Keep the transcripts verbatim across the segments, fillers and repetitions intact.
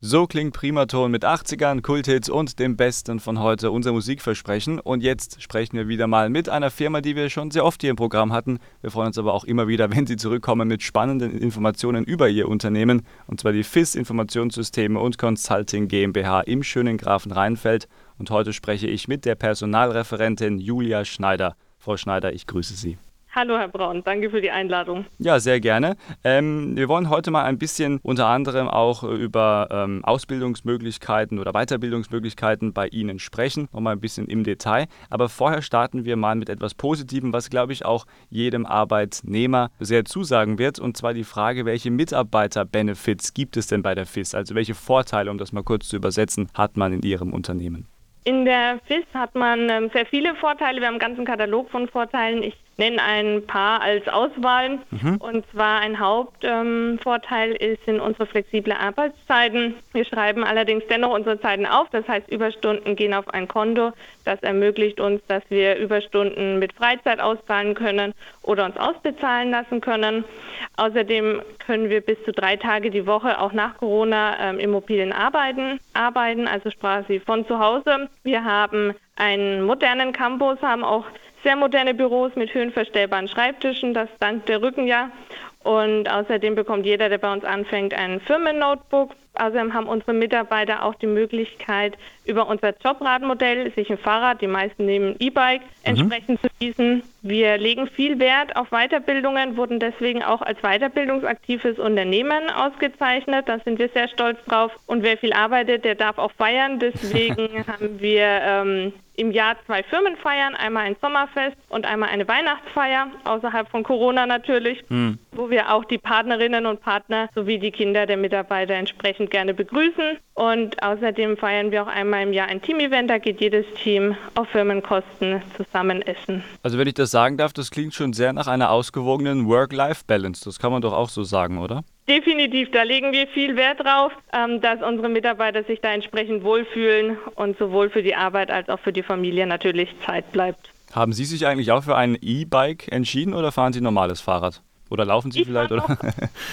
So klingt Primaton mit achtzigern, Kulthits und dem Besten von heute, unser Musikversprechen. Und jetzt sprechen wir wieder mal mit einer Firma, die wir schon sehr oft hier im Programm hatten. Wir freuen uns aber auch immer wieder, wenn sie zurückkommen mit spannenden Informationen über ihr Unternehmen. Und zwar die F I S Informationssysteme und Consulting GmbH im schönen Grafenrheinfeld. Und heute spreche ich mit der Personalreferentin Julia Schneider. Frau Schneider, ich grüße Sie. Hallo Herr Braun, danke für die Einladung. Ja, sehr gerne. Ähm, wir wollen heute mal ein bisschen unter anderem auch über ähm, Ausbildungsmöglichkeiten oder Weiterbildungsmöglichkeiten bei Ihnen sprechen, nochmal ein bisschen im Detail. Aber vorher starten wir mal mit etwas Positivem, was, glaube ich, auch jedem Arbeitnehmer sehr zusagen wird. Und zwar die Frage, welche Mitarbeiter-Benefits gibt es denn bei der F I S? Also welche Vorteile, um das mal kurz zu übersetzen, hat man in Ihrem Unternehmen? In der F I S hat man ähm, sehr viele Vorteile. Wir haben einen ganzen Katalog von Vorteilen. Ich nenne ein paar als Auswahl. Mhm. Und zwar ein Hauptvorteil ähm, sind unsere flexible Arbeitszeiten. Wir schreiben allerdings dennoch unsere Zeiten auf. Das heißt, Überstunden gehen auf ein Konto. Das ermöglicht uns, dass wir Überstunden mit Freizeit auszahlen können oder uns ausbezahlen lassen können. Außerdem können wir bis zu drei Tage die Woche auch nach Corona ähm, im mobilen Arbeiten arbeiten, also quasi von zu Hause. Wir haben einen modernen Campus, haben auch sehr moderne Büros mit höhenverstellbaren Schreibtischen, das dank der Rückenjahr. Und außerdem bekommt jeder, der bei uns anfängt, ein Firmen-Notebook. Außerdem haben unsere Mitarbeiter auch die Möglichkeit, über unser Jobradmodell sich ein Fahrrad, die meisten nehmen E-Bike, mhm. entsprechend zu leasen. Wir legen viel Wert auf Weiterbildungen, wurden deswegen auch als weiterbildungsaktives Unternehmen ausgezeichnet. Da sind wir sehr stolz drauf. Und wer viel arbeitet, der darf auch feiern. Deswegen haben wir ähm, im Jahr zwei Firmenfeiern, einmal ein Sommerfest und einmal eine Weihnachtsfeier, außerhalb von Corona natürlich, mhm. wo wir auch die Partnerinnen und Partner sowie die Kinder der Mitarbeiter entsprechend gerne begrüßen. Und außerdem feiern wir auch einmal im Jahr ein Team-Event, da geht jedes Team auf Firmenkosten zusammen essen. Also wenn ich das sagen darf, das klingt schon sehr nach einer ausgewogenen Work-Life-Balance. Das kann man doch auch so sagen, oder? Definitiv, da legen wir viel Wert drauf, dass unsere Mitarbeiter sich da entsprechend wohlfühlen und sowohl für die Arbeit als auch für die Familie natürlich Zeit bleibt. Haben Sie sich eigentlich auch für ein E-Bike entschieden oder fahren Sie normales Fahrrad? Oder laufen Sie ich vielleicht? Oder? Noch,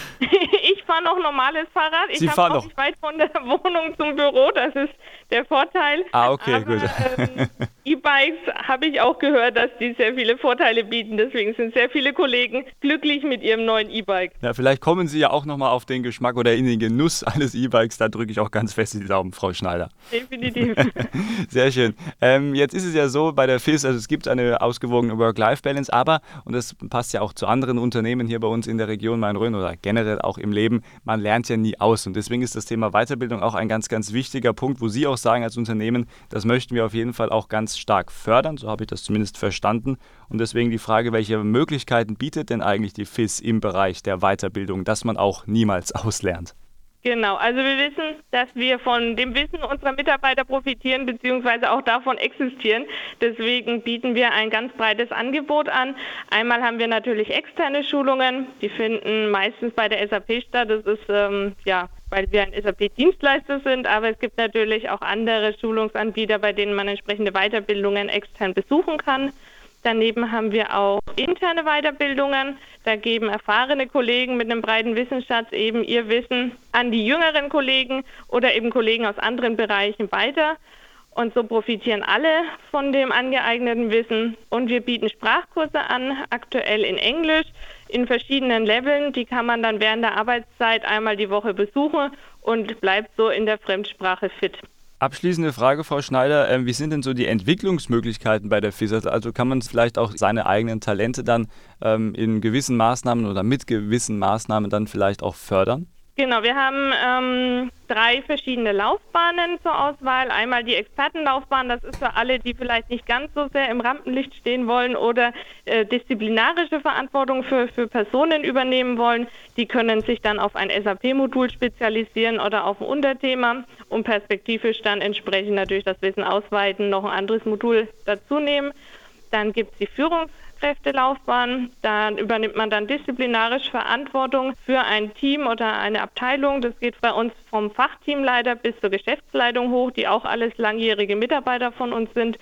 ich fahre noch normales Fahrrad. Sie ich fahren habe noch nicht weit von der Wohnung zum Büro, das ist der Vorteil. Ah, okay, Aber, gut. Ähm, E-Bikes habe ich auch gehört, dass die sehr viele Vorteile bieten. Deswegen sind sehr viele Kollegen glücklich mit ihrem neuen E-Bike. Ja, vielleicht kommen Sie ja auch nochmal auf den Geschmack oder in den Genuss eines E-Bikes. Da drücke ich auch ganz fest die Daumen, Frau Schneider. Definitiv. Sehr schön. Ähm, jetzt ist es ja so bei der F I S, also es gibt eine ausgewogene Work-Life-Balance, aber, und das passt ja auch zu anderen Unternehmen hier bei uns in der Region Main-Rhön oder generell auch im Leben, man lernt ja nie aus. Und deswegen ist das Thema Weiterbildung auch ein ganz, ganz wichtiger Punkt, wo Sie auch sagen als Unternehmen, das möchten wir auf jeden Fall auch ganz stark fördern. So habe ich das zumindest verstanden. Und deswegen die Frage, welche Möglichkeiten bietet denn eigentlich die F I S im Bereich der Weiterbildung, dass man auch niemals auslernt? Genau, also wir wissen, dass wir von dem Wissen unserer Mitarbeiter profitieren bzw. auch davon existieren. Deswegen bieten wir ein ganz breites Angebot an. Einmal haben wir natürlich externe Schulungen, die finden meistens bei der S A P statt. Das ist ähm, ja, weil wir ein S A P-Dienstleister sind, aber es gibt natürlich auch andere Schulungsanbieter, bei denen man entsprechende Weiterbildungen extern besuchen kann. Daneben haben wir auch interne Weiterbildungen. Da geben erfahrene Kollegen mit einem breiten Wissensschatz eben ihr Wissen an die jüngeren Kollegen oder eben Kollegen aus anderen Bereichen weiter. Und so profitieren alle von dem angeeigneten Wissen. Und wir bieten Sprachkurse an, aktuell in Englisch, in verschiedenen Leveln. Die kann man dann während der Arbeitszeit einmal die Woche besuchen und bleibt so in der Fremdsprache fit. Abschließende Frage, Frau Schneider, äh, wie sind denn so die Entwicklungsmöglichkeiten bei der F I S? Also kann man vielleicht auch seine eigenen Talente dann ähm, in gewissen Maßnahmen oder mit gewissen Maßnahmen dann vielleicht auch fördern? Genau, wir haben ähm, drei verschiedene Laufbahnen zur Auswahl. Einmal die Expertenlaufbahn, das ist für alle, die vielleicht nicht ganz so sehr im Rampenlicht stehen wollen oder äh, disziplinarische Verantwortung für, für Personen übernehmen wollen. Die können sich dann auf ein S A P-Modul spezialisieren oder auf ein Unterthema und perspektivisch dann entsprechend natürlich das Wissen ausweiten, noch ein anderes Modul dazu nehmen. Dann gibt es die Führungskräftelaufbahn. Da übernimmt man dann disziplinarisch Verantwortung für ein Team oder eine Abteilung. Das geht bei uns vom Fachteamleiter bis zur Geschäftsleitung hoch, die auch alles langjährige Mitarbeiter von uns sind.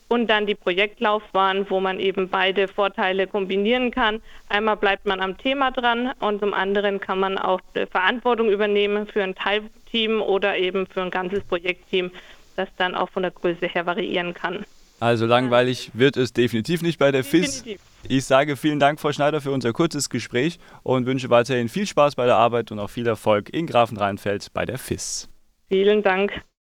und dann die Projektlaufbahn, wo man eben beide Vorteile kombinieren kann. Einmal bleibt man am Thema dran und zum anderen kann man auch Verantwortung übernehmen für ein Teilteam oder eben für ein ganzes Projektteam, das dann auch von der Größe her variieren kann. Also langweilig wird es definitiv nicht bei der F I S. Definitiv. Ich sage vielen Dank, Frau Schneider, für unser kurzes Gespräch und wünsche weiterhin viel Spaß bei der Arbeit und auch viel Erfolg in Grafenrheinfeld bei der F I S. Vielen Dank.